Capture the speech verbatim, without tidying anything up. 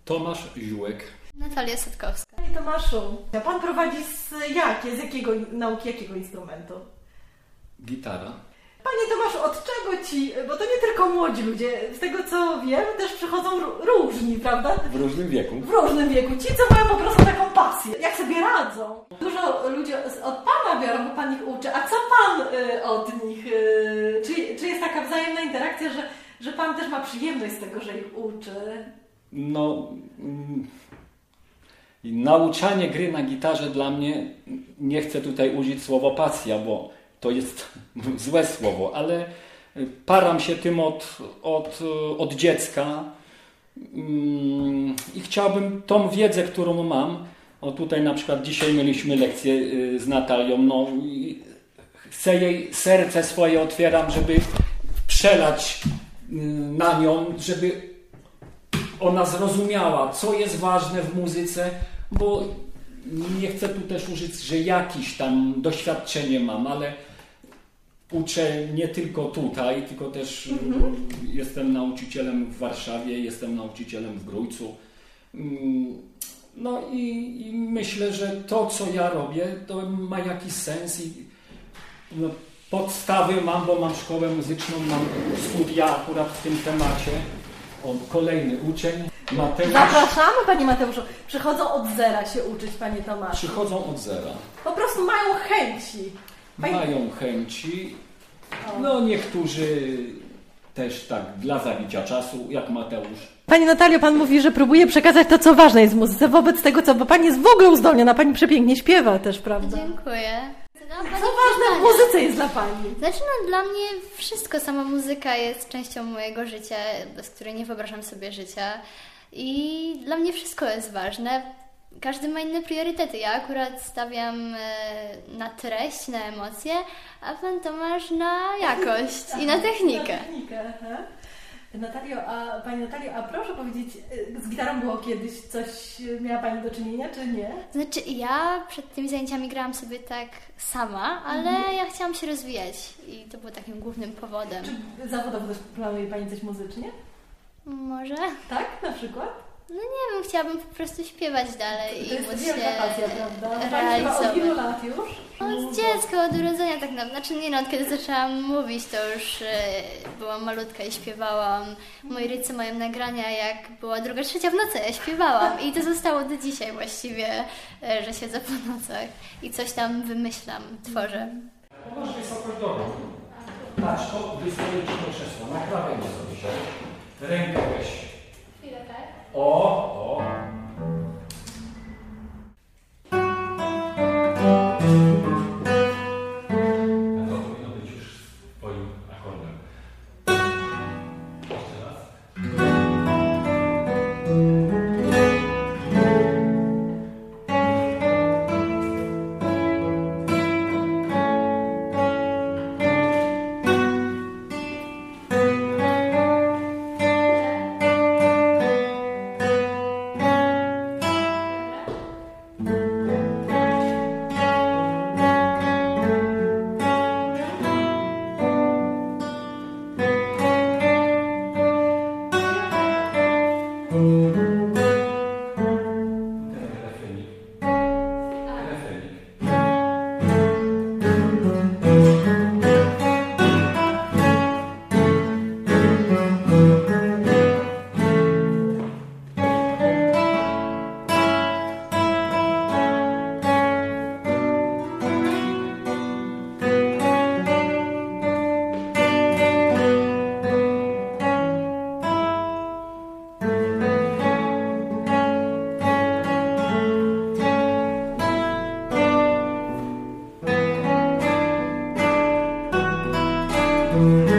Tomasz Ziółek. Natalia Setkowska. Panie Tomaszu, a Pan prowadzi z jakie, z jakiego, nauki jakiego instrumentu? Gitara. Panie Tomaszu, od czego Ci, bo to nie tylko młodzi ludzie, z tego co wiem, też przychodzą różni, prawda? W różnym wieku. W różnym wieku. Ci, co mają po prostu taką pasję. Jak sobie radzą? Dużo ludzi od Pana biorą, bo Pan ich uczy. A co Pan y, od nich? Y, czy, czy jest taka wzajemna interakcja, że, że Pan też ma przyjemność z tego, że ich uczy? No... Mm, nauczanie gry na gitarze dla mnie, nie chcę tutaj użyć słowa pasja, bo to jest złe słowo, ale param się tym od, od, od dziecka i chciałbym tą wiedzę, którą mam, o tutaj na przykład dzisiaj mieliśmy lekcję z Natalią, no chcę jej serce swoje otwieram, żeby przelać na nią, żeby ona zrozumiała, co jest ważne w muzyce, bo nie chcę tu też użyć, że jakieś tam doświadczenie mam, ale uczę nie tylko tutaj, tylko też mhm. jestem nauczycielem w Warszawie, jestem nauczycielem w Grójcu. No i, i myślę, że to, co ja robię, to ma jakiś sens i no, podstawy mam, bo mam szkołę muzyczną, mam studia akurat w tym temacie. O, kolejny uczeń, Mateusz. Zapraszamy, Panie Mateuszu. Przychodzą od zera się uczyć, Panie Tomaszu. Przychodzą od zera. Po prostu mają chęci. Panie... Mają chęci. No niektórzy też tak dla zabicia czasu, jak Mateusz. Pani Natalio, Pan mówi, że próbuje przekazać to, co ważne jest w muzyce. Wobec tego, co, bo Pani jest w ogóle uzdolniona. Pani przepięknie śpiewa też, prawda? Dziękuję. Co ważne w muzyce jest dla Pani? Znaczy, no, dla mnie wszystko, sama muzyka jest częścią mojego życia, bez której nie wyobrażam sobie życia. I dla mnie wszystko jest ważne. Każdy ma inne priorytety. Ja akurat stawiam na treść, na emocje, a Pan Tomasz na jakość i na technikę. Na technikę, aha. Natalio, a Pani Natalio, a proszę powiedzieć, z gitarą było kiedyś coś, miała Pani do czynienia, czy nie? Znaczy, ja przed tymi zajęciami grałam sobie tak sama, ale mhm. ja chciałam się rozwijać i to było takim głównym powodem. Czy zawodowo też planuje Pani coś muzycznie? Może. Tak, na przykład? No nie wiem, chciałabym po prostu śpiewać dalej to i jest móc wielka się pasja, prawda? realizować. Od ilu lat już? Od dziecka, od urodzenia tak naprawdę. Znaczy nie no, od kiedy zaczęłam mówić, to już e, byłam malutka i śpiewałam. Moi rodzice mają nagrania, jak była druga, trzecia w nocy, ja śpiewałam. I to zostało do dzisiaj właściwie, e, że siedzę po nocach i coś tam wymyślam, tworzę. Masz wysokość dobrą. Patrz, to wystaje ci to krzesło, na krawędzi sobie siądź. Rękę weź. Chwilę, tak? O, o. To powinno być już twoim akordem. Jeszcze raz. Mm-hmm.